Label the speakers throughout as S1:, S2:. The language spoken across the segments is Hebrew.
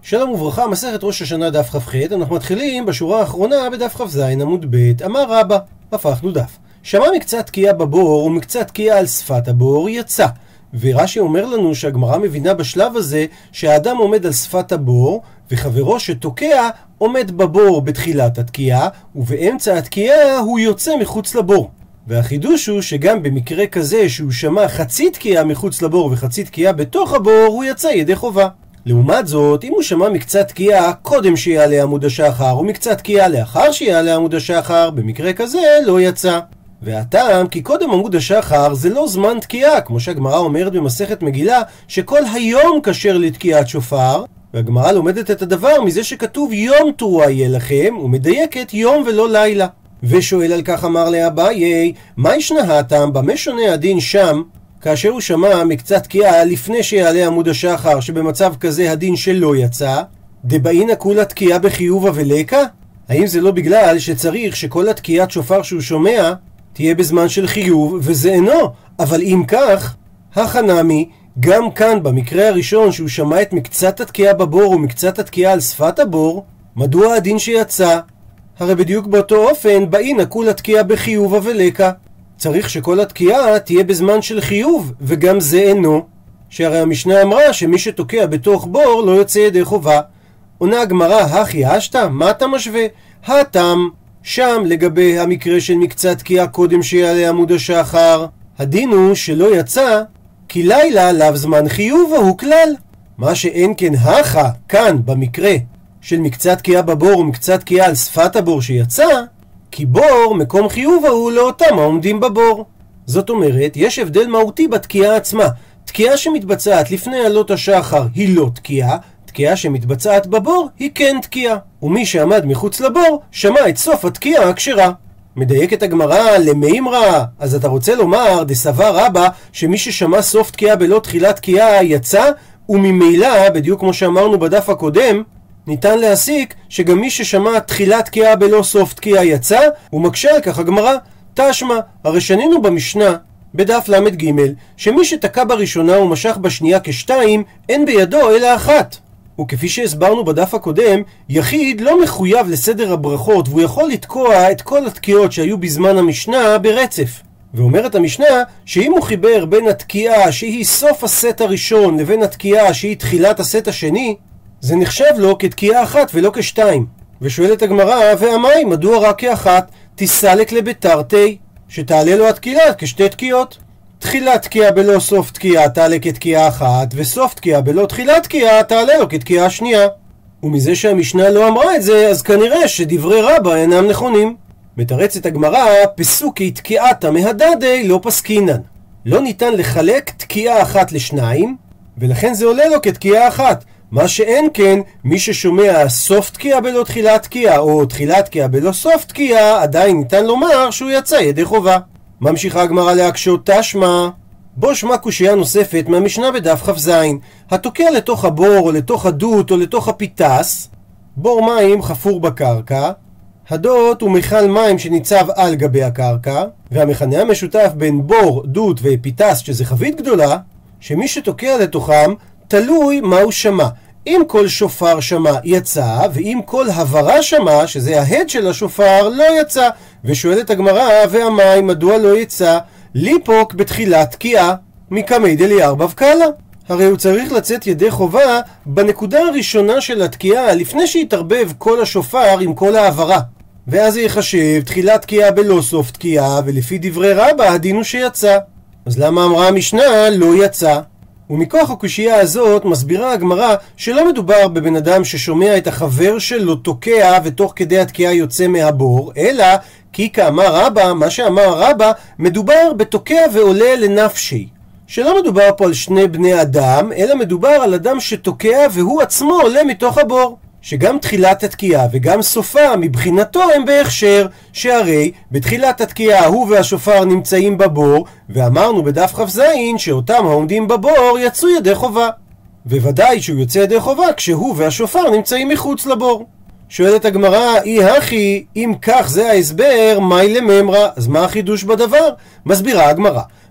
S1: שלום וברכה, מסכת ראש השנה דף כ"ח. אנחנו מתחילים בשורה האחרונה בדף כ"ז עמוד ב'. אמר רבא, הפכנו דף. שמע מקצת תקיעה בבור ומקצת תקיעה על שפת הבור, יצא. ורש"י אומר לנו שהגמרא מבינה בשלב הזה שהאדם עומד על שפת הבור וחברו שתוקע עומד בבור בתחילת התקיעה, ובאמצע התקיעה הוא יוצא מחוץ לבור. והחידוש הוא שגם במקרה כזה שהוא שמע חצי תקיעה מחוץ לבור וחצי תקיעה בתוך הבור, הוא יצא ידי חובה. לעומת זאת, אם הוא שמע מקצת תקיעה קודם שיעלה עמוד השחר ומקצת תקיעה לאחר שיעלה עמוד השחר, במקרה כזה לא יצא. והטעם כי קודם עמוד השחר זה לא זמן תקיעה, כמו שהגמרא אומרת במסכת מגילה שכל היום כשר לתקיעת שופר, והגמרא לומדת את הדבר מזה שכתוב יום תרועה יהיה לכם, ומדייקת יום ולא לילה. ושואל על כך אמר לאביי, מה ישנה הטעם, במה שונה הדין שם כאשר הוא שמע מקצת תקיעה לפני שיעלה עמוד השחר, שבמצב כזה הדין שלא יצא? דבעינא כולה תקיעה בחיובה ולקה? האם זה לא בגלל שצריך שכל התקיעת שופר שהוא שומע תהיה בזמן של חיוב, וזה אינו? אבל אם כך, החנמי, גם כאן במקרה הראשון שהוא שמע את מקצת התקיעה בבור ומקצת התקיעה על שפת הבור, מדוע הדין שיצא? הרי בדיוק באותו אופן בעינא כולה תקיעה בחיובה ולקה. צריך שכל התקיעה תהיה בזמן של חיוב, וגם זה אינו. שהרי המשנה אמרה שמי שתוקע בתוך בור לא יוצא ידי חובה. עונה הגמרא, הכי אשתא, מה אתה משווה? הטעם שם לגבי המקרה של מקצת תקיעה קודם שיעלה עמוד השחר, הדין הוא שלא יצא כי לילה לאו זמן חיוב הוא כלל. מה שאין כן הכה כאן במקרה של מקצת תקיעה בבור ומקצת תקיעה על שפת הבור שיצא, כי בור מקום חיוב הוא לאותם העומדים בבור. זאת אומרת, יש הבדל מהותי בתקיעה עצמה. תקיעה שמתבצעת לפני עלות השחר היא לא תקיעה, תקיעה שמתבצעת בבור היא כן תקיעה. ומי שעמד מחוץ לבור שמע את סוף התקיעה הכשרה. מדייקת הגמרא למימרא, אז אתה רוצה לומר דסבר רבא שמי ששמע סוף תקיעה בלא תחילת תקיעה יצא, וממילא בדיוק כמו שאמרנו בדף הקודם ניתן להסיק שגם מי ששמע תחילת תקיעה בלא סוף תקיעה יצא. ומקשה על כך הגמרא, תשמע, הרי שנינו במשנה בדף למד ג' שמי שתקע בראשונה ומשך בשנייה כשתיים אין בידו אלא אחת. וכפי שהסברנו בדף הקודם, יחיד לא מחויב לסדר הברכות והוא יכול לתקוע את כל התקיעות שהיו בזמן המשנה ברצף. ואומרת המשנה שאם הוא חיבר בין התקיעה שהיא סוף הסט הראשון לבין התקיעה שהיא תחילת הסט השני, זה נחשב לו כתקיעה אחת ולא כשתיים. ושואלת הגמרא, והמאי מדוע רק כאחת? תסלק לבתרתי, שתעלה לו התקיעה כשתי תקיעות. תחילת תקיעה בלא סוף תקיעה תעלה כתקיעה אחת, וסוף תקיעה בלא תחילת תקיעה תעלה לו כתקיעה שנייה. ומזה שהמשנה לא אמרה את זה, אז כנראה שדברי רבא אינם נכונים. מתרצת הגמרא, פסוקי תקיעתא מהדדי לא פסקינן. לא ניתן לחלק תקיעה אחת לשניים, ולכן זה עולה לו כתקיעה אחת. מה שאין כן, מי ששומע סוף תקיעה בלא תחילת תקיעה, או תחילת תקיעה בלא סוף תקיעה, עדיין ניתן לומר שהוא יצא ידי חובה. ממשיכה הגמרא להקשות, תשמע, בו שמע קושייה נוספת מהמשנה בדף כ"ז. התוקע לתוך הבור או לתוך הדות או לתוך הפיתס, בור מים חפור בקרקע, הדות הוא מיכל מים שניצב על גבי הקרקע, והמכנה המשותף בין בור, דות ופיתס שזה חבית גדולה, שמי שתוקע לתוכם תלוי מה הוא שמע. אם כל שופר שמע יצא, ואם כל הברה שמע, שזה ההד של השופר, לא יצא. ושואלת הגמרא, והמים מדוע לא יצא? ליפוק בתחילת תקיעה מקמי דליארבב קלה. הרי הוא צריך לצאת ידי חובה בנקודה הראשונה של התקיעה, לפני שיתערבב כל השופר עם כל העברה. ואז זה יחשב תחילת תקיעה בלא סוף תקיעה, ולפי דברי רבא הדין הוא שיצא. אז למה אמרה המשנה לא יצא? ומכוח הקושייה הזאת מסבירה הגמרא שלא מדובר בבן אדם ששומע את החבר שלו תוקע ותוך כדי התקיעה יוצא מהבור, אלא כי כאמר רבא, מה שאמר רבא, מדובר בתוקע ועולה לנפשי. שלא מדובר פה על שני בני אדם, אלא מדובר על אדם שתוקע והוא עצמו עולה מתוך הבור. שגם תחילת התקיעה וגם סופה מבחינתו הם בהכשר, שהרי בתחילת התקיעה הוא והשופר נמצאים בבור, ואמרנו בדף כ"ז שאותם העומדים בבור יצאו ידי חובה. וודאי שהוא יוצא ידי חובה כשהוא והשופר נמצאים מחוץ לבור. שואלת הגמרא, אי הכי, אם כך זה ההסבר, מאי לממרא, אז מה החידוש בדבר? מסבירה הגמרא,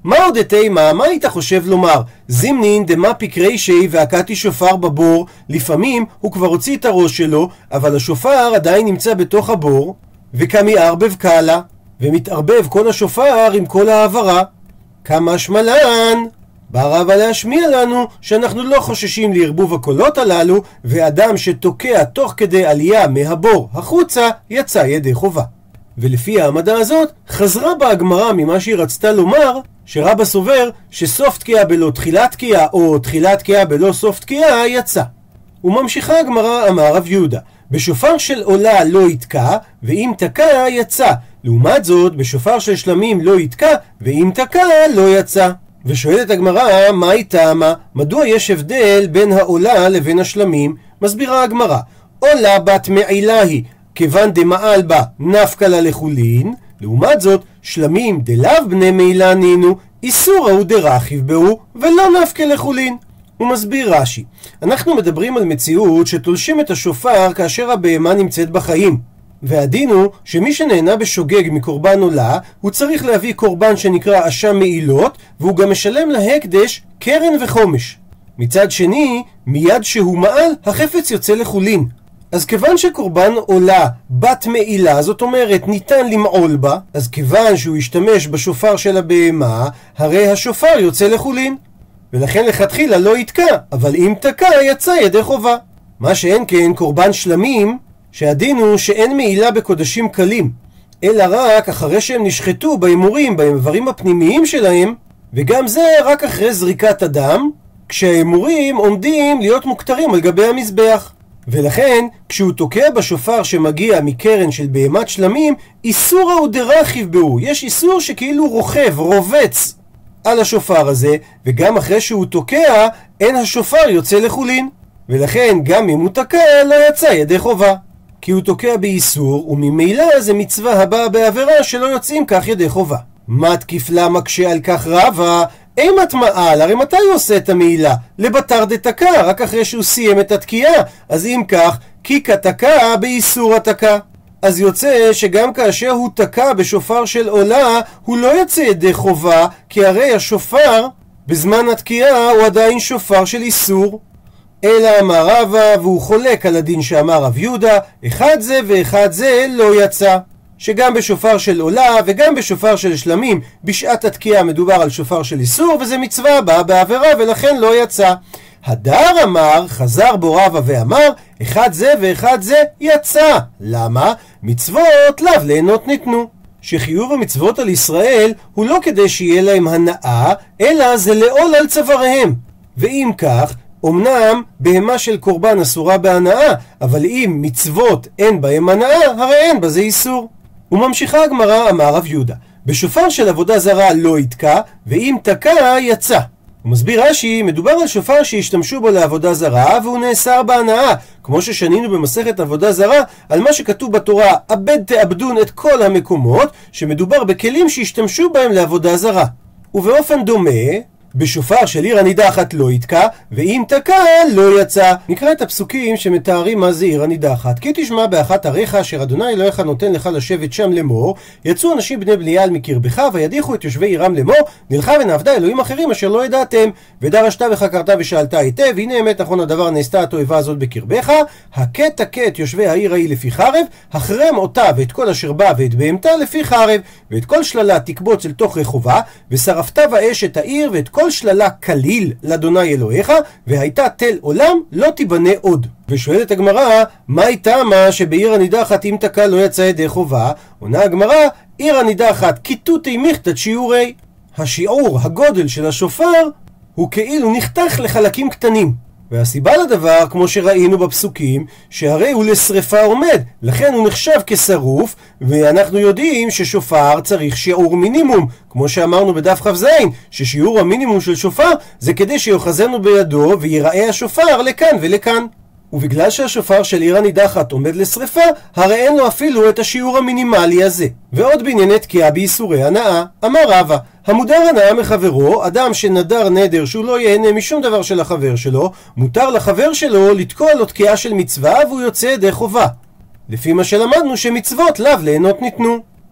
S1: מה עוד תימה? מה היית חושב לומר? זימנין דמה פקרי שי והקתי שופר בבור, לפעמים הוא כבר הוציא את הראש שלו, אבל השופר עדיין נמצא בתוך הבור, וכמי ערבב קלה, ומתערבב כל השופר עם כל העברה. כמה שמלן? בא רבא להשמיע לנו שאנחנו לא חוששים לערבוב הקולות הללו, ואדם שתוקע תוך כדי עלייה מהבור החוצה יצא ידי חובה. ולפי העמדה הזאת חזרה בה הגמרא ממה שהיא רצתה לומר, שרבא סובר שסוף תקיעה בלא תחילת תקיעה או תחילת תקיעה בלא סוף תקיעה יצא. וממשיכה הגמרא, אמר רב יהודה, בשופר של עולה לא יתקע, ואם תקע יצא. לעומת זאת בשופר של שלמים לא יתקע, ואם תקע לא יצא. ושואלת הגמרא, מה איתמה? מדוע יש הבדל בין העולה לבין השלמים? מסבירה הגמרא, עולה בת מעילה היא, כיוון דמעל בה נפקא לה לחולין, לעומת זאת שלמים דלאו בני מעילה נינו, איסור הוא דרכיב בהו ולא נפקא לחולין. הוא מסביר רש"י, אנחנו מדברים על מציאות שתולשים את השופר כאשר הבהמה נמצאת בחיים, והדין הוא שמי שנהנה בשוגג מקורבן עולה, הוא צריך להביא קורבן שנקרא אשם מעילות, והוא גם משלם להקדש קרן וחומש. מצד שני, מיד שהוא מעל, החפץ יוצא לחולין. אז כיוון שקורבן עולה בת מעילה, זאת אומרת ניתן למעול בה, אז כיוון שהוא ישתמש בשופר של הבהמה, הרי השופר יוצא לחולין. ולכן לכתחילה לא יתקע, אבל אם תקע יצא ידי חובה. מה שאין כן קורבן שלמים, שהדין הוא שאין מעילה בקודשים קלים, אלא רק אחרי שהם נשחטו באימורים, באיברים הפנימיים שלהם, וגם זה רק אחרי זריקת הדם, כשהאימורים עומדים להיות מוקטרים על גבי המזבח. ולכן כשהוא תוקע בשופר שמגיע מקרן של בהמת שלמים, איסור הוא דרכיב בהו, יש איסור שכאילו רוכב, רובץ על השופר הזה, וגם אחרי שהוא תוקע אין השופר יוצא לחולין, ולכן גם אם הוא תקע לא יצא ידי חובה, כי הוא תוקע באיסור, וממילא זה מצווה הבאה בעבירה שלא יוצאים כך ידי חובה. מה תקיפלה מקשה על כך רבה? אימת מעל, הרי מתי הוא עושה את המעילה? לבטר דתקע, רק אחרי שהוא סיים את התקיעה. אז אם כך, כי כתקע באיסור התקע. אז יוצא שגם כאשר הוא תקע בשופר של עולה, הוא לא יוצא ידי חובה, כי הרי השופר בזמן התקיעה הוא עדיין שופר של איסור. אלא אמר רבא, והוא חולק על הדין שאמר רב יהודה, אחד זה ואחד זה לא יצא. שגם בשופר של עולה וגם בשופר של שלמים בשעת התקיעה מדובר על שופר של איסור, וזה מצווה באה בעבירה ולכן לא יצא. הדר אמר, חזר בו רבא ואמר, אחד זה ואחד זה יצא. למה? מצוות לאו ליהנות ניתנו. שחיוב המצוות על ישראל הוא לא כדי שיהיה להם הנאה, אלא זה לעול על צוואריהם. ואם כך, אמנם בהמה של קורבן אסורה בהנאה, אבל אם מצוות אין בהם הנאה, הרי אין בזה איסור. וממשיכה הגמרא, אמר רב יהודה, בשופר של עבודה זרה לא יתקע, ואם תקע יצא. הוא מסביר רש"י, מדובר על שופר שהשתמשו בו לעבודה זרה והוא נאסר בהנאה, כמו ששנינו במסכת עבודה זרה על מה שכתוב בתורה, עבד תעבדון את כל המקומות, שמדובר בכלים שהשתמשו בהם לעבודה זרה. ובאופן דומה, בשופר של עיר הנידחת לא יתקע, ואם תקע לא יצא. נקרא את הפסוקים שמתארים מה זה עיר הנידחת. כי תשמע באחת עריך אשר אדוני אלוהיך נותן לך לשבת שם לאמור, יצאו אנשים בני בליעל מקרבך וידיחו את יושבי עירם לאמור, נלכה ונעבדה אלוהים אחרים אשר לא ידעתם, ודרשת וחקרת ושאלת היטב, והנה אמת נכון הדבר, נעשתה התועבה הזאת בקרבך, הכה תכה את יושבי העיר ההיא לפי חרב, החרם אותה ואת כל אשר בה ואת בהמתה לפי חרב, ואת כל שללה תקבוץ אל תוך רחובה, ושרפת באש את העיר ואת כל שללה כליל לאדוני אלוהיך, והייתה תל עולם לא תיבנה עוד. ושואלת הגמרא, מה הייתה מה שבעיר הנידחת אם תקע לא יצא ידי חובה? עונה הגמרא, עיר הנידחת כיתותי מכתת שיעורי. השיעור, הגודל של השופר, הוא כאילו נחתך לחלקים קטנים. והסיבה לדבר, כמו שראינו בפסוקים, שהרי הוא לשריפה עומד, לכן הוא נחשב כשרוף, ואנחנו יודעים ששופר צריך שיעור מינימום, כמו שאמרנו בדף כ"ז, ששיעור המינימום של שופר זה כדי שיוחזנו בידו ויראה השופר לכאן ולכאן. ובגלל שהשופר של עיר הנידחת עומד לשריפה, הרי אין לו אפילו את השיעור המינימלי הזה. ועוד בענייני תקיעה באיסורי הנאה, אמר רבא, המודר הנאה מחברו, אדם שנדר נדר שהוא לא ייהנה משום דבר של החבר שלו, מותר לחבר שלו לתקוע לו תקיעה של מצווה והוא יוצא ידי חובה. לפי מה שלמדנו שמצוות לאו ליהנות ניתנו.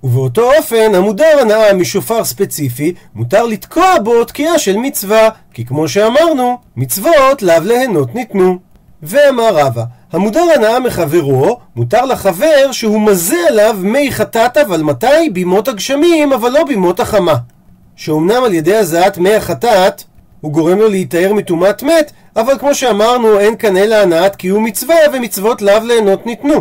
S1: ובאותו אופן המודר הנאה משופר ספציפי מותר לתקוע בו תקיעה של מצווה, כי כמו שאמרנו, מצוות לאו ליהנות ניתנו. ואמר רבא, המודר הנאה מחברו, מותר לחבר שהוא מזה עליו מי חטאת, אבל מתי? בימות הגשמים, אבל לא בימות החמה. שאומנם על ידי הזעת מי החטאת הוא גורם לו להתאר מטומאת מת, אבל כמו שאמרנו אין כאן אלא הנאת קיום מצווה, ומצוות לאו ליהנות ניתנו.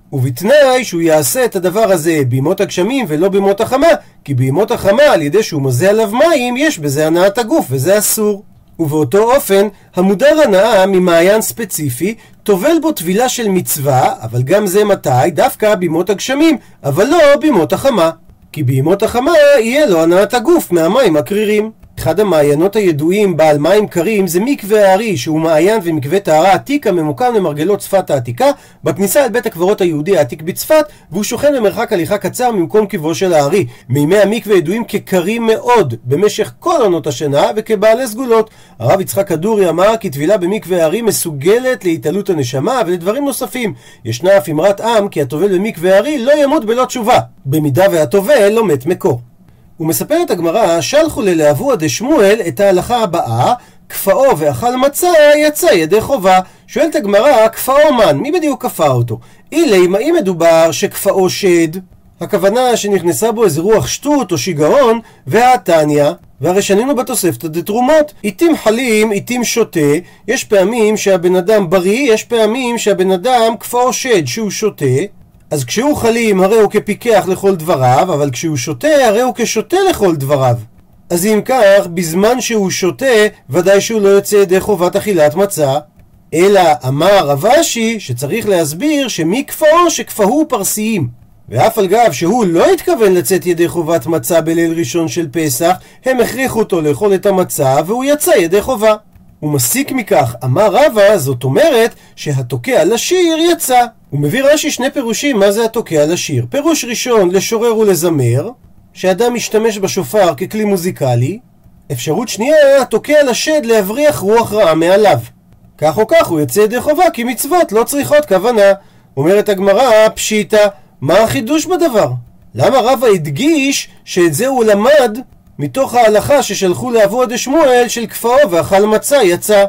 S1: ובתנאי שהוא יעשה את הדבר הזה בימות הגשמים ולא בימות החמה, כי בימות החמה על ידי שהוא מזה עליו מים יש בזה הנאת הגוף, וזה אסור. ובאותו אופן המודר הנאה ממעיין ספציפי טובל בו טבילה של מצווה, אבל גם זה מתי? דווקא בימות הגשמים, אבל לא בימות החמה, כי בימות החמה יהיה לו הנאת הגוף מהמים הקרירים. אחד המעיינות הידועים בעל מים קרים זה מקווה הארי, שהוא מעיין ומקווה טהרה עתיק הממוקם למרגלות צפת העתיקה בכניסה אל בית הקברות היהודי העתיק בצפת, והוא שוכן במרחק הליכה קצר ממקום קברו של הארי. מימי המקווה ידועים כקרים מאוד במשך כל עונות השנה וכבעלי סגולות. הרב יצחק כדורי אמר כי טבילה במקווה הארי מסוגלת להתעלות הנשמה ולדברים נוספים. ישנה אף אמרת עם כי הטובל במקווה הארי לא ימות בלא תשובה, במידה והטובל לא מת מקור. ומספרת הגמרא, שלחו ללאבוה דשמואל את ההלכה הבאה, כפאו ואכל מצה יצא ידי חובה. שואלת הגמרא, כפאו מן, מי בדיוק כפה אותו? אילי, אם מדובר שכפאו שד, הכוונה שנכנסה בו איזה רוח שטות או שיגעון, והתניא, והרי שנינו בתוספתא דתרומות, עיתים חלים, עיתים שותה, יש פעמים שהבן אדם בריא, יש פעמים שהבן אדם כפאו שד שהוא שותה, אז כשהוא חלים הרי הוא כפיקח לכל דבריו, אבל כשהוא שותה הרי הוא כשותה לכל דבריו. אז אם כך, בזמן שהוא שותה, ודאי שהוא לא יוצא ידי חובת אכילת מצה. אלא אמר רב אשי שצריך להסביר שמי כפאו שכפאו פרסיים. ואף על גב שהוא לא התכוון לצאת ידי חובת מצה בליל ראשון של פסח, הם הכריחו אותו לאכול את המצה והוא יצא ידי חובה. הוא מסיק מכך, אמר רבא, זאת אומרת שהתוקע לשיר יצא. הוא מביא רש"י שני פירושים מה זה התוקע לשיר. פירוש ראשון, לשורר ולזמר, שאדם משתמש בשופר ככלי מוזיקלי. אפשרות שנייה, התוקע לשד להבריח רוח רעה מעליו. כך או כך הוא יצא ידי חובה, כי מצוות לא צריכות כוונה. אומרת הגמרא, פשיטא, מה החידוש בדבר? למה רבא הדגיש שאת זה הוא למד מתוך ההלכה ששלחו לאבוה דשמואל של כפאו ואכל מצה יצא?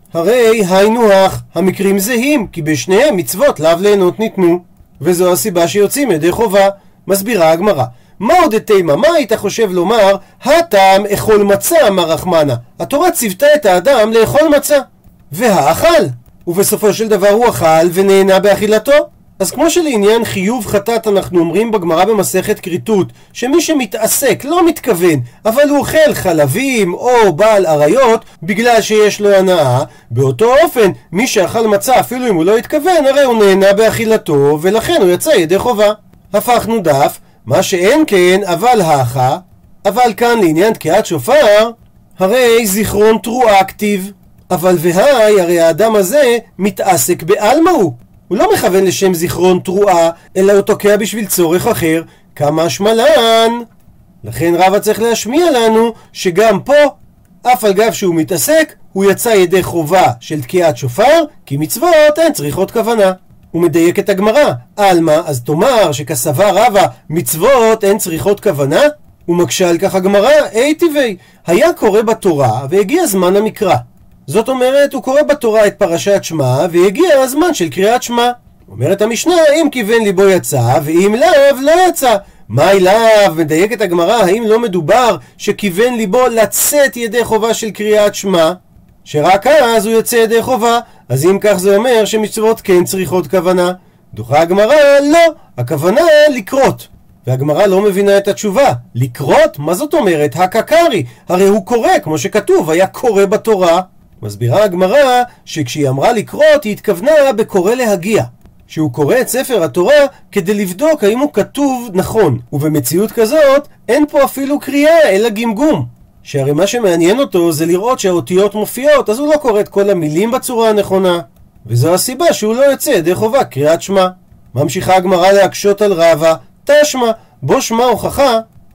S1: הרי היינו הך, המקרים זהים, כי בשניהם מצוות לאו ליהנות ניתנו, וזו הסיבה שיוצאים ידי חובה. מסבירה הגמרא, מה עוד תימה, מה היית חושב לומר הטעם אכול מצה אמר רחמנה? התורה ציוותה את האדם לאכול מצה, והאכל, ובסופו של דבר הוא אכל ונהנה באכילתו. אז כמו שלעניין חיוב חטאת אנחנו אומרים בגמרא במסכת כריתות, שמי שמתעסק לא מתכוון, אבל הוא אוכל חלבים או בעל עריות בגלל שיש לו הנאה, באותו אופן מי שאכל מצה אפילו אם הוא לא התכוון, הרי הוא נהנה באכילתו ולכן הוא יצא ידי חובה. הפכנו דף, מה שאין כן אבל האחה, אבל כאן לעניין תקיעת שופר, הרי זיכרון תרועה כתיב, אבל והי הרי האדם הזה מתעסק בעלמא הוא לא מכוון לשם זיכרון תרועה, אלא הוא תוקע בשביל צורך אחר, כמה שמלן. לכן רבא צריך להשמיע לנו שגם פה, אף על גב שהוא מתעסק, הוא יצא ידי חובה של תקיעת שופר, כי מצוות אין צריכות כוונה. הוא מדייק את הגמרא, אלמה, אז תאמר שכסבה רבא מצוות אין צריכות כוונה? הוא מקשה על כך הגמרא, טבעי, היה קורא בתורה והגיע זמן המקרא. זאת אומרת, הוא קורא בתורה את פרשת שמע, והגיע הזמן של קריאת שמע. אומרת המשנה, אם כיוון ליבו יצא, ואם לאו לא יצא. מהי לאו? מדייקת הגמרא, האם לא מדובר שכיוון ליבו לצאת ידי חובה של קריאת שמע? שרק אז הוא יוצא ידי חובה. אז אם כך זה אומר שמצוות כן צריכות כוונה. דוחה הגמרא, לא. הכוונה לקרות. והגמרא לא מבינה את התשובה. לקרות? מה זאת אומרת? הקקרי. הרי הוא קורא, כמו שכתוב, היה קורא בתורה. מסבירה הגמרא שכשהיא אמרה לקרות היא התכוונה בקורא להגיע, שהוא קורא את ספר התורה כדי לבדוק האם הוא כתוב נכון, ובמציאות כזאת אין פה אפילו קריאה אלא גמגום, שהרי מה שמעניין אותו זה לראות שהאותיות מופיעות, אז הוא לא קורא את כל המילים בצורה הנכונה, וזו הסיבה שהוא לא יוצא ידי חובה קריאת שמע. ממשיכה הגמרא להקשות על רבא, תשמע, בו שמע הוכחה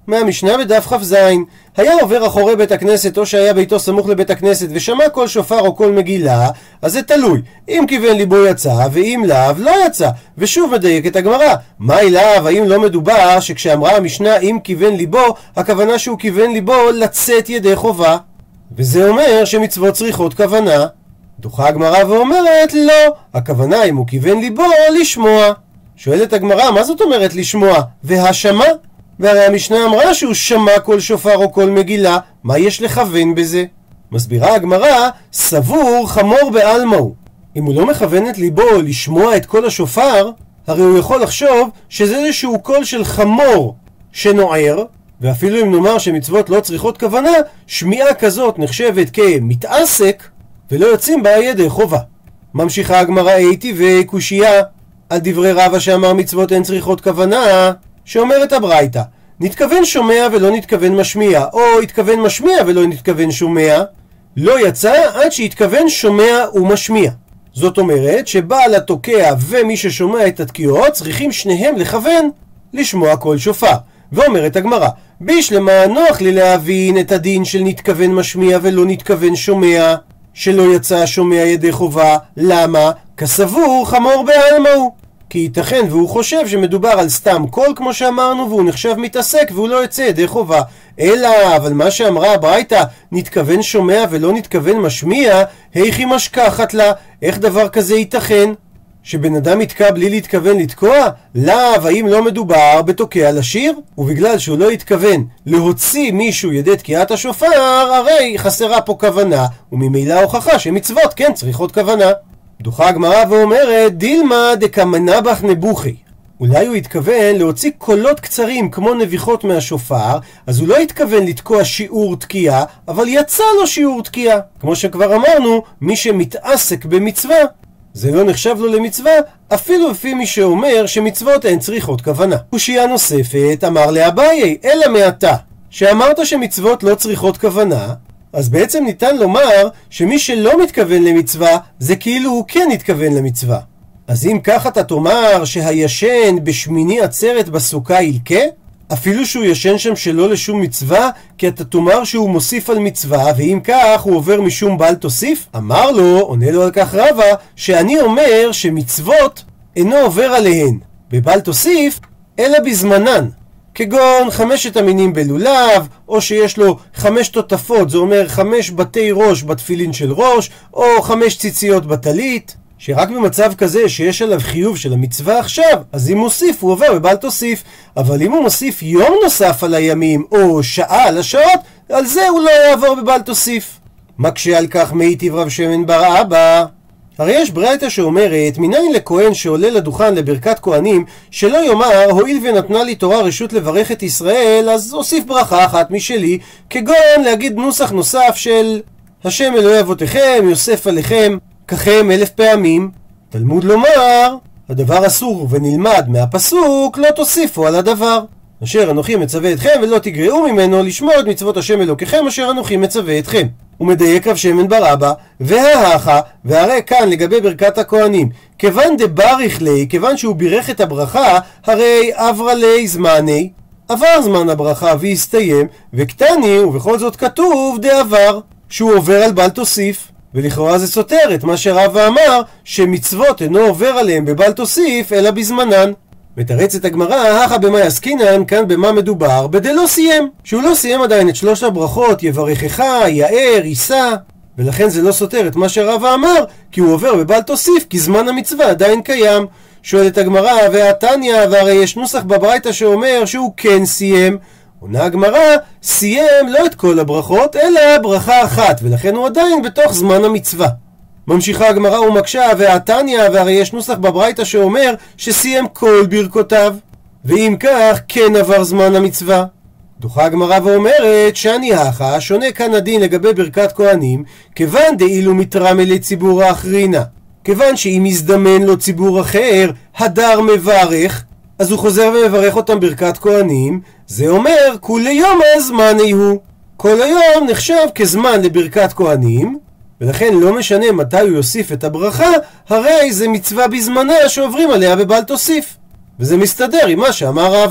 S1: מהמשנה בדף כ"ז. היה עובר אחורי בית הכנסת או שהיה ביתו סמוך לבית הכנסת ושמע קול שופר או קול מגילה, אז זה תלוי, אם כיוון ליבו יצא ואם לאו לא יצא. ושוב מדייקת הגמרא, מהי לאו? האם לא מדובר שכשאמרה המשנה אם כיוון ליבו, הכוונה שהוא כיוון ליבו לצאת ידי חובה, וזה אומר שמצוות צריכות כוונה. דוחה הגמרא ואומרת לא, הכוונה אם הוא כיוון ליבו לשמוע. שואלת הגמרא, מה זאת אומרת לשמוע? והשמע? והרי המשנה אמרה שהוא שמע קול שופר או קול מגילה, מה יש לכוון בזה? מסבירה הגמרא, סבור חמור בעלמא הוא. אם הוא לא מכוון את ליבו לשמוע את קול השופר, הרי הוא יכול לחשוב שזה איזשהו קול של חמור שנוער, ואפילו אם נאמר שמצוות לא צריכות כוונה, שמיעה כזאת נחשבת כמתעסק ולא יוצאים בה ידי חובה. ממשיכה הגמרא איתי וקושייה על דברי רבא שאמר מצוות אין צריכות כוונה, שאומרת הברייתא, נתכוון שומע ולא נתכוון משמיע, או התכוון משמיע ולא נתכוון שומע, לא יצא עד שהתכוון שומע ומשמיע. זאת אומרת שבעל התוקע ומי ששומע את התקיעות צריכים שניהם לכוון לשמוע קול שופר. ואומרת הגמרא, בשלמה נוח לי להבין את הדין של נתכוון משמיע ולא נתכוון שומע, שלא יצא שומע ידי חובה. למה? כסבור חמור בעלמא הוא. כי ייתכן והוא חושב שמדובר על סתם קול כמו שאמרנו, והוא נחשב מתעסק והוא לא יצא ידי חובה. אלא, אבל מה שאמרה הברייתא, נתכוון שומע ולא נתכוון משמיע, היכי משכחת לה, איך דבר כזה ייתכן? שבן אדם יתקע בלי להתכוון לתקוע? לאו, האם לא מדובר בתוקע לשיר? ובגלל שהוא לא התכוון להוציא מישהו ידי תקיעת השופר, הרי חסרה פה כוונה, וממילא הוכחה שמצוות כן צריכות כוונה. דוחה הגמרא ואומרת, דילמה דקמנבח נבוכי. אולי הוא התכוון להוציא קולות קצרים כמו נביחות מהשופר, אז הוא לא התכוון לתקוע שיעור תקיעה, אבל יצא לו שיעור תקיעה. כמו שכבר אמרנו, מי שמתעסק במצווה, זה לא נחשב לו למצווה, אפילו לפי מי שאומר שמצוות הן צריכות כוונה. קושייה נוספת, אמר לאביי, אלא מעתה, שאמרת שמצוות לא צריכות כוונה, אז בעצם ניתן לומר שמי שלא מתכוון למצווה, זה כאילו הוא כן התכוון למצווה. אז אם כך אתה תאמר שהישן בשמיני עצרת בסוכה ילקה? אפילו שהוא ישן שם שלא לשום מצווה, כי אתה תאמר שהוא מוסיף על מצווה, ואם כך הוא עובר משום בל תוסיף? אמר לו, עונה לו על כך רבא, שאני אומר שמצוות אינו עובר עליהן בבל תוסיף, אלא בזמנן. כגון 5 המינים בלולב, או שיש לו 5 תותפות, זה אומר 5 בתי ראש בתפילין של ראש, או 5 ציציות בטלית, שרק במצב כזה שיש עליו חיוב של המצווה עכשיו, אז אם מוסיף הוא עובר בבל תוסיף. אבל אם הוא מוסיף יום נוסף על הימים, או שעה על השעות, על זה הוא לא יעבור בבל תוסיף. מקשה על כך מיטיב רב שמן בר אבא. הרי יש ברייתא שאומרת, מניין לכהן שעולה לדוכן לברכת כהנים, שלא יאמר, הואיל ונתנה לי תורה רשות לברך את ישראל, אז אוסיף ברכה אחת משלי, כגון להגיד נוסח נוסף של השם אלוהי אבותיכם, יוסף עליכם, ככם 1000 פעמים. תלמוד לומר, הדבר אסור ונלמד מהפסוק, לא תוסיפו על הדבר. אשר אנוכי מצווה אתכם ולא תגרעו ממנו לשמור את מצוות השם אלוקיכם אשר אנוכי מצווה אתכם. ומדייק רב שמן בר אבא, וההכה, והרי כאן לגבי ברכת הכהנים, כיוון דבריך לי, כיוון שהוא בירך את הברכה, הרי עברה לי זמני, עבר זמן הברכה והסתיים, וקטני, ובכל זאת כתוב דעבר, שהוא עובר על בל תוסיף. ולכאורה זה סותר את מה שרבא אמר, שמצוות אינו עובר עליהם בבל תוסיף, אלא בזמנן. מתרצת הגמרא, הכה במה עסקינן, כאן במה מדובר, בדלא סיים. שהוא לא סיים עדיין את 3 הברכות, יברכך, יאר, יישא, ולכן זה לא סותר את מה שרבא אמר, כי הוא עובר בבל תוסיף, כי זמן המצווה עדיין קיים. שואלת הגמרא, והתניא, והרי יש נוסח בברייתא שאומר שהוא כן סיים. עונה הגמרא, סיים לא את כל הברכות, אלא ברכה אחת, ולכן הוא עדיין בתוך זמן המצווה. ממשיכה הגמרא ומקשה, והתניא, והרי יש נוסח בברייתא שאומר שסיים כל ברכותיו, ואם כך כן עבר זמן המצווה. דוחה הגמרא ואומרת, שאני הכה, שונה כאן הדין לגבי ברכת כהנים, כיוון דאילו מתרמה לציבור האחרינה, כיוון שאם יזדמן לו ציבור אחר, הדר מברך, אז הוא חוזר ומברך אותם ברכת כהנים. זה אומר, כולי יום הזמני הוא. כל היום נחשב כזמן לברכת כהנים, ולכן לא משנה מתי הוא יוסיף את הברכה, הרי זה מצווה בזמנה שעוברים עליה בבל תוסיף. וזה מסתדר עם מה שאמר רבא.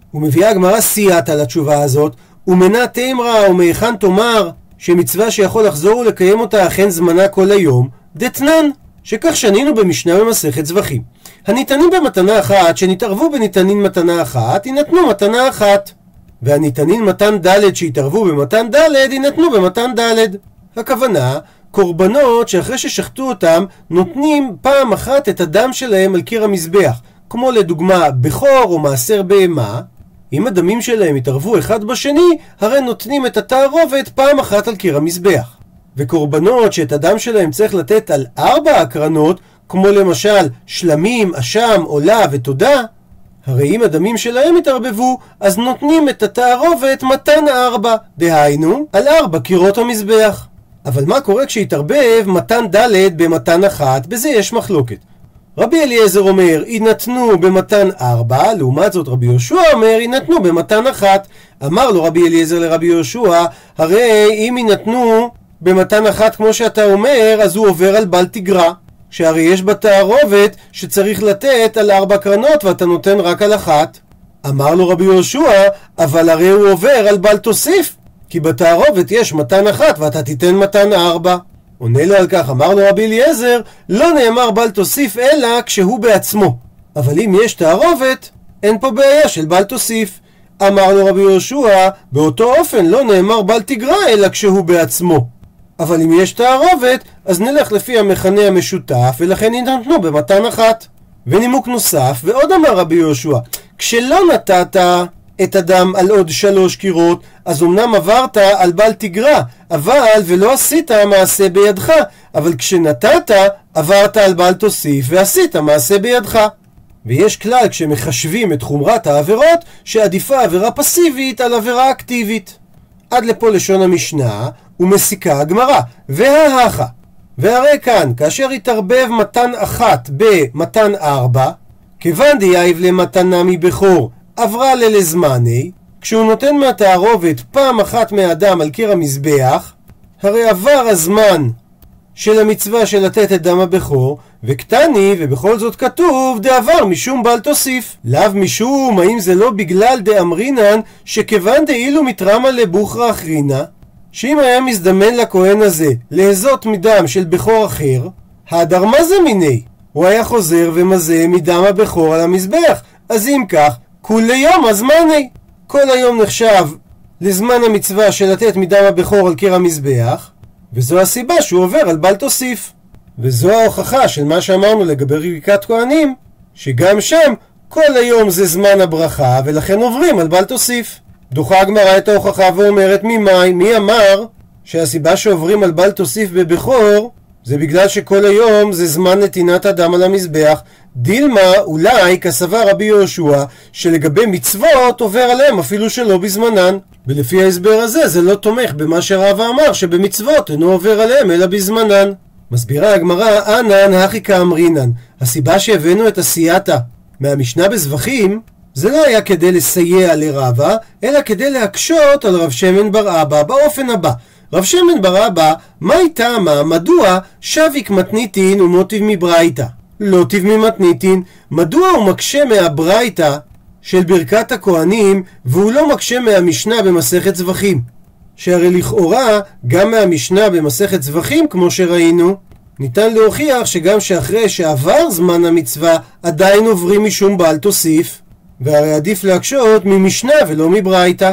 S1: ומביאה הגמרא סייעתא לתשובה הזאת, ומנה תימרא ומהיכן תאמר שמצווה שיכול לחזור ולקיים אותה אכן זמנה כל היום, דתנן, שכך שנינו במשנה במסכת זבחים. הניתנים במתנה אחת שנתערבו בניתנין מתנה אחת, יינתנו מתנה אחת. והניתנין מתן ד' שהתערבו במתן ד', יינתנו במתן ד'. הכוונה, קורבנות שאחרי ששחטו אותם, נותנים פעם אחת את הדם שלהם על קיר המזבח. כמו לדוגמה בכור או מעשר בהמה, אם הדמים שלהם התערבו אחד בשני, הרי נותנים את התערובת פעם אחת על קיר המזבח. וקורבנות שאת הדם שלהם צריך לתת על 4 הקרנות, כמו למשל שלמים, אשם, עולה ותודה, הרי אם הדמים שלהם התערבבו, אז נותנים את התערובת מתן 4, דהיינו על 4 קירות המזבח. אבל מה קורה כשהתערבב מתן ד' במתן 1? בזה יש מחלוקת. רבי אליעזר אומר, יינתנו במתן 4, לעומת זאת רבי יהושע אומר, יינתנו במתן 1. אמר לו רבי אליעזר לרבי יהושע, הרי אם יינתנו במתן 1 כמו שאתה אומר, אז הוא עובר על בל תגרע, שהרי יש בתערובת שצריך לתת על 4 קרנות ואתה נותן רק על 1. אמר לו רבי יהושע, אבל הרי הוא עובר על בל תוסיף, כי בתערובת יש מתן 1 ואתה תיתן מתן 4. עונה לו על כך, אמר לו רבי אליעזר, לא נאמר בל תוסיף אלא כשהוא בעצמו, אבל אם יש תערובת אין פה בעיה של בל תוסיף. אמר לו רבי יהושע, באותו אופן לא נאמר בל תגרע אלא כשהוא בעצמו, אבל אם יש תערובת אז נלך לפי המכנה המשותף, ולכן יינתנו במתן 1. ונימוק נוסף, ועוד אמר רבי יהושע, כשלא נתת את הדם על עוד 3 קירות, אז אמנם עברת על בל תגרע, אבל ולא עשית מעשה בידך, אבל כשנתת עברת על בל תוסיף ועשית מעשה בידך. ויש כלל כשמחשבים את חומרת העבירות, שעדיפה עבירה פסיבית על עבירה אקטיבית. עד לפה לשון המשנה, ומסיקה הגמרא, וההכה. והרי כאן, כאשר התערבב מתן 1 במתן 4, כיוון דייב למתנה מבכור, עברה ללזמני, כשהוא נותן מהתערובת פעם אחת מהדם על קיר המזבח, הרי עבר הזמן של המצווה של לתת את דם הבכור, וקטני, ובכל זאת כתוב, דעבר משום בל תוסיף. לאו משום, האם זה לא בגלל דאמרינן, שכיוון דאילו מתרמה לבוכרא אחרינה, שאם היה מזדמן לכהן הזה להזות מדם של בכור אחר, הדר מה זה מיני? הוא היה חוזר ומזה מדם הבכור על המזבח. אז אם כך, כולי יום הזמני. כל היום נחשב לזמן המצווה של לתת מדם הבכור על קיר המזבח, וזו הסיבה שהוא עובר על בל תוסיף. וזו ההוכחה של מה שאמרנו לגבי ברכת כהנים, שגם שם כל היום זה זמן הברכה, ולכן עוברים על בל תוסיף. דוחה הגמרא את ההוכחה ואומרת, מי אמר שהסיבה שעוברים על בל תוסיף בבכור זה בגלל שכל היום זה זמן נתינת הדם על המזבח? דילמה, אולי כסבר רבי יהושע שלגבי מצוות עובר עליהם אפילו שלא בזמנן, ולפי ההסבר הזה זה לא תומך במה שרבא אמר שבמצוות אינו עובר עליהם אלא בזמנן. מסבירה הגמרא, אנן הכי כאמרינן, הסיבה שהבאנו את הסייעתא מהמשנה בזבחים זה לא היה כדי לסייע לרבא, אלא כדי להקשות על רב שמן בר אבא באופן הבא. רב שמן בר אבא, מה טעמה, מדוע שביק מתניתין ומוטיב מברייתא? לא טיב ממתניתין, מדוע הוא מקשה מהברייתא של ברכת הכהנים, והוא לא מקשה מהמשנה במסכת זבחים? שהרי לכאורה, גם מהמשנה במסכת זבחים, כמו שראינו, ניתן להוכיח שגם שאחרי שעבר זמן המצווה, עדיין עוברים משום בל תוסיף, והרי עדיף להקשות ממשנה ולא מברייתא.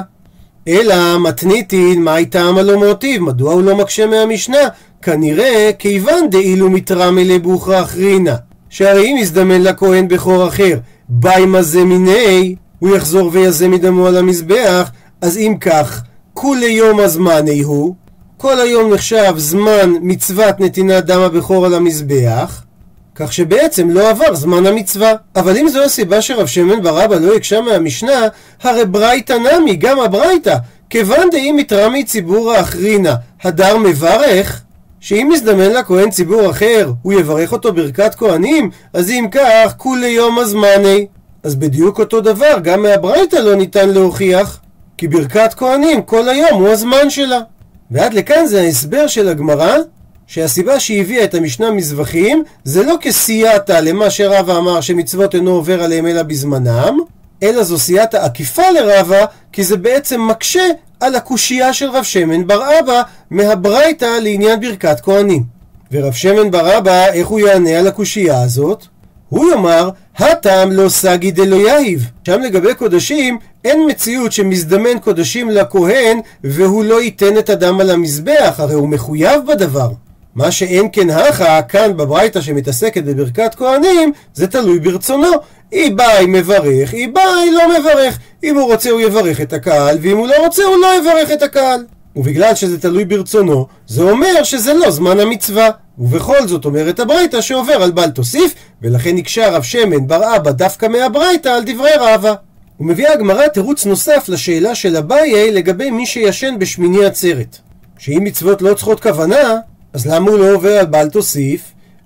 S1: אלא מתניתין, מה טעמה לא מוטיב? מדוע הוא לא מקשה מהמשנה? כנראה כיוון דאילו מתרמה לבוכרא אחרינה, שהרי אם יזדמן לכהן בכור אחר באי מזה מיני, הוא יחזור ויזה מדמו על המזבח, אז אם כך כולי יום הזמני הוא, כל היום נחשב זמן מצוות נתינת דם הבכור על המזבח, כך שבעצם לא עבר זמן המצווה. אבל אם זו הסיבה שרב שמן בר אבא לא יקשה מהמשנה, הרי ברייתא נמי, גם הברייתא, כיוון דאם מתרמי ציבור האחרינה, הדר מברך, שאם מזדמן לכהן ציבור אחר, הוא יברך אותו ברכת כהנים, אז אם כך, כולי יום הזמני. אז בדיוק אותו דבר, גם מהברייתא לא ניתן להוכיח, כי ברכת כהנים כל היום הוא הזמן שלה. ועד לכאן זה ההסבר של הגמרא, שהסיבה שהביאה את המשנה מזבחים זה לא כסייעתא למה שרבא אמר שמצוות אינו עובר עליהם אלא בזמנם, אלא זו סייעתא עקיפה לרבא, כי זה בעצם מקשה על הקושייה של רב שמן בר אבא מהברייתא לעניין ברכת כהנים. ורב שמן בר אבא, איך הוא יענה על הקושייה הזאת? הוא יאמר, הטעם לא סגי דלא יהיב. שם לגבי קודשים, אין מציאות שמזדמן קודשים לכהן והוא לא ייתן את הדם על המזבח, הרי הוא מחויב בדבר. מה שאין כן הכה, כאן בברייתא שמתעסקת בברכת כהנים, זה תלוי ברצונו. אי באי מברך, אי באי לא מברך. אם הוא רוצה הוא יברך את הקהל, ואם הוא לא רוצה הוא לא יברך את הקהל. ובגלל שזה תלוי ברצונו, זה אומר שזה לא זמן המצווה. ובכל זאת אומרת הברייתא שעובר על בל תוסיף, ולכן נקשה רב שמן בר אבא דווקא מהברייתא על דברי רבא. ומביאה הגמרא תירוץ נוסף לשאלה של אביי לגבי מי שישן בשמיני עצרת. שאם מצוות לא צריכות כוונה, אז למה הוא לא עובר על בל תוסיף?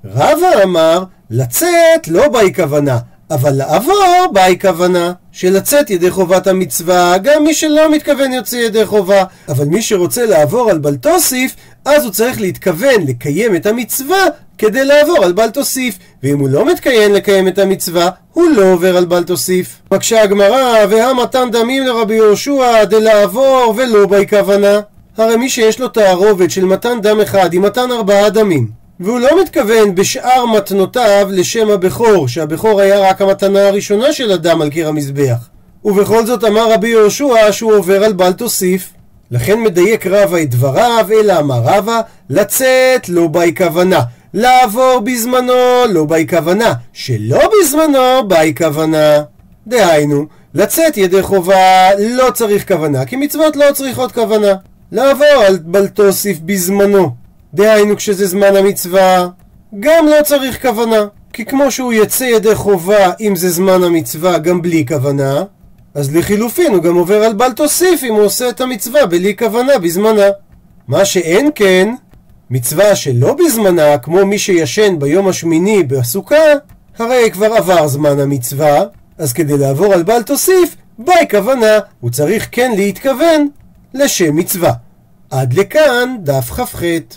S1: רבא אמר, לצאת לא באי כוונה, אבל לעבור באי כוונה. שלצאת ידי חובת המצווה, גם מי שלא מתכוון יוצא ידי חובה. אבל מי שרוצה לעבור על בל תוסיף, אז הוא צריך להתכוון לקיים את המצווה כדי לעבור על בל תוסיף. ואם הוא לא מתכוון לקיים את המצווה, הוא לא עובר על בל תוסיף. מקשה הגמרא, והמתן דמים לרבי יהושע דלעבור ולא באי כוונה. הרי מי שיש לו תערובת של מתן דם אחד עם מתן 4 דמים, והוא לא מתכוון בשאר מתנותיו לשם הבכור, שהבכור היה רק המתנה הראשונה של אדם על קיר המזבח, ובכל זאת אמר רבי יהושע שהוא עובר על בל תוסיף. לכן מדייק רבא את דבריו, אלא אמר רבא, לצאת לא באי כוונה, לעבור בזמנו לא באי כוונה, שלא בזמנו באי כוונה. דהיינו, לצאת ידי חובה לא צריך כוונה, כי מצוות לא צריכות כוונה. לעבור על בל תוסיף בזמנו, דהיינו כשזה זמן המצווה, גם לא צריך כוונה. כי כמו שהוא יצא ידי חובה אם זה זמן המצווה גם בלי כוונה, אז לחילופין הוא גם עובר על בל תוסיף אם הוא עושה את המצווה בלי כוונה בזמנה. מה שאין כן, מצווה שלא בזמנה, כמו מי שישן ביום השמיני בסוכה, הרי כבר עבר זמן המצווה, אז כדי לעבור על בל תוסיף, באי כוונה, הוא צריך כן להתכוון לשם מצווה. עד לכאן דף כ"ח.